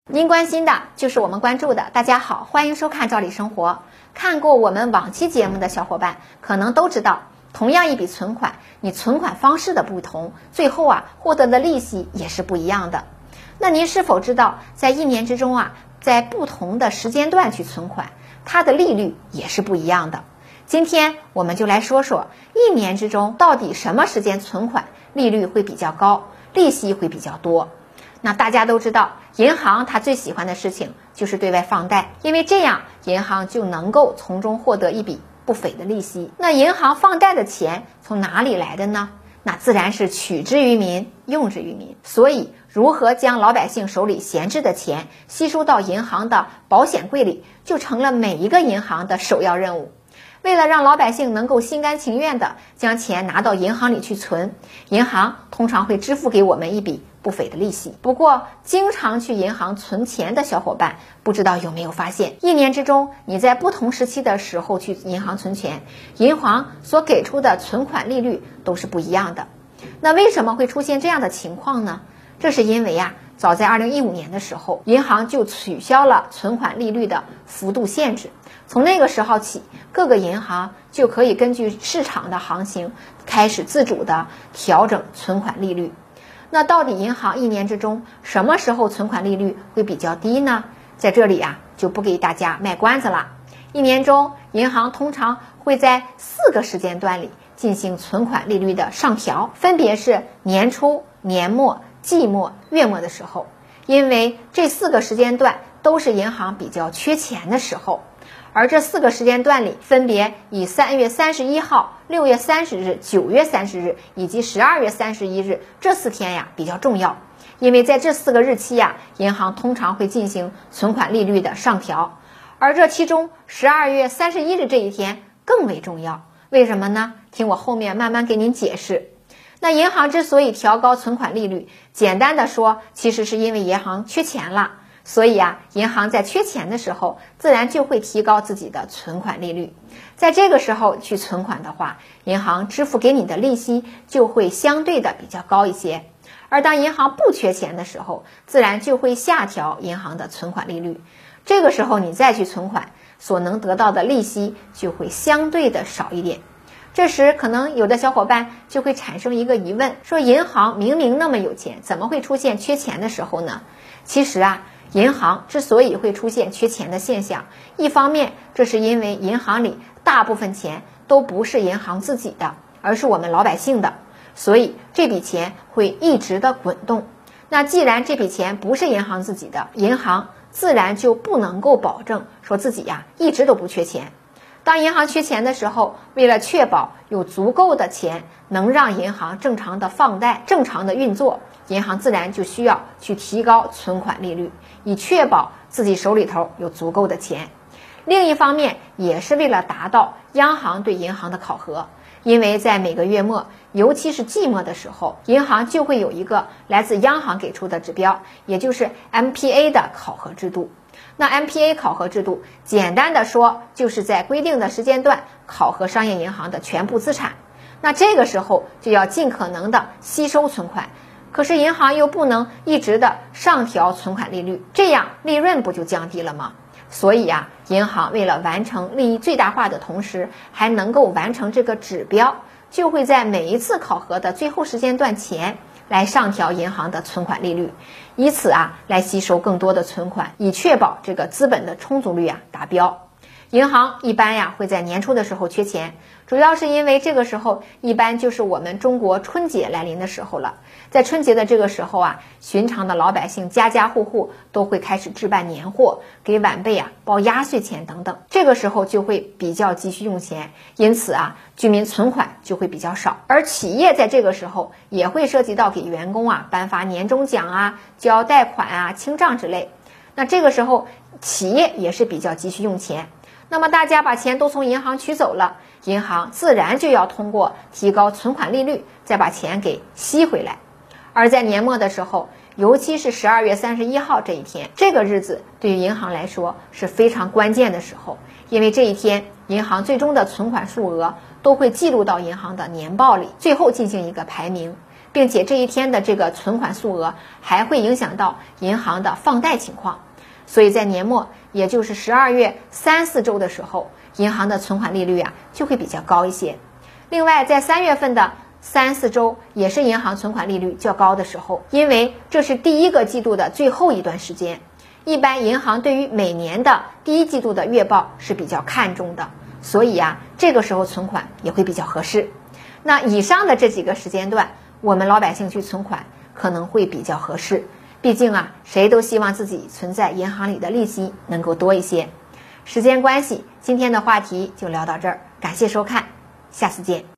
您关心的就是我们关注的。大家好，欢迎收看《赵理生活》。看过我们往期节目的小伙伴可能都知道，同样一笔存款，你存款方式的不同，最后获得的利息也是不一样的。那您是否知道，在一年之中在不同的时间段去存款，它的利率也是不一样的。今天我们就来说说一年之中到底什么时间存款利率会比较高，利息会比较多。那大家都知道，银行它最喜欢的事情就是对外放贷，因为这样银行就能够从中获得一笔不菲的利息。那银行放贷的钱从哪里来的呢？那自然是取之于民，用之于民。所以如何将老百姓手里闲置的钱吸收到银行的保险柜里，就成了每一个银行的首要任务。为了让老百姓能够心甘情愿地将钱拿到银行里去存，银行通常会支付给我们一笔不菲的利息。不过经常去银行存钱的小伙伴，不知道有没有发现，一年之中你在不同时期的时候去银行存钱，银行所给出的存款利率都是不一样的。那为什么会出现这样的情况呢？这是因为早在2015年的时候，银行就取消了存款利率的幅度限制。从那个时候起，各个银行就可以根据市场的行情开始自主的调整存款利率。那到底银行一年之中什么时候存款利率会比较低呢？在这里就不给大家卖关子了。一年中银行通常会在4个时间段里进行存款利率的上调，分别是年初、年末、季末、月末的时候。因为这4个时间段都是银行比较缺钱的时候，而这4个时间段里分别以3月31号、6月30日、9月30日以及12月31日这4天比较重要。因为在这4个日期银行通常会进行存款利率的上调，而这其中12月31日这一天更为重要。为什么呢？听我后面慢慢给您解释。那银行之所以调高存款利率，简单的说，其实是因为银行缺钱了。所以银行在缺钱的时候，自然就会提高自己的存款利率。在这个时候去存款的话，银行支付给你的利息就会相对的比较高一些。而当银行不缺钱的时候，自然就会下调银行的存款利率。这个时候你再去存款，所能得到的利息就会相对的少一点。这时可能有的小伙伴就会产生一个疑问，说银行明明那么有钱，怎么会出现缺钱的时候呢？其实银行之所以会出现缺钱的现象，一方面这是因为银行里大部分钱都不是银行自己的，而是我们老百姓的，所以这笔钱会一直的滚动。那既然这笔钱不是银行自己的，银行自然就不能够保证说自己一直都不缺钱。当银行缺钱的时候，为了确保有足够的钱能让银行正常的放贷、正常的运作，银行自然就需要去提高存款利率，以确保自己手里头有足够的钱。另一方面也是为了达到央行对银行的考核，因为在每个月末，尤其是季末的时候，银行就会有一个来自央行给出的指标，也就是 MPA 的考核制度。那 MPA 考核制度简单的说，就是在规定的时间段考核商业银行的全部资产。那这个时候就要尽可能的吸收存款，可是银行又不能一直的上调存款利率，这样利润不就降低了吗？所以银行为了完成利益最大化的同时，还能够完成这个指标，就会在每一次考核的最后时间段前来上调银行的存款利率，以此来吸收更多的存款，以确保这个资本的充足率达标。银行一般会在年初的时候缺钱，主要是因为这个时候一般就是我们中国春节来临的时候了。在春节的这个时候寻常的老百姓家家户户都会开始置办年货，给晚辈包压岁钱等等，这个时候就会比较急需用钱，因此居民存款就会比较少。而企业在这个时候也会涉及到给员工颁发年终奖交贷款清账之类，那这个时候企业也是比较急需用钱。那么大家把钱都从银行取走了，银行自然就要通过提高存款利率再把钱给吸回来。而在年末的时候，尤其是12月31号这一天，这个日子对于银行来说是非常关键的时候，因为这一天银行最终的存款数额都会记录到银行的年报里，最后进行一个排名。 并且这一天的这个存款数额还会影响到银行的放贷情况。所以在年末，也就是12月3、4周的时候，银行的存款利率就会比较高一些。另外，在3月份的3、4周也是银行存款利率较高的时候，因为这是第一个季度的最后一段时间，一般银行对于每年的第1季度的月报是比较看重的，所以这个时候存款也会比较合适。那以上的这几个时间段，我们老百姓去存款可能会比较合适。毕竟谁都希望自己存在银行里的利息能够多一些。时间关系，今天的话题就聊到这儿，感谢收看，下次见。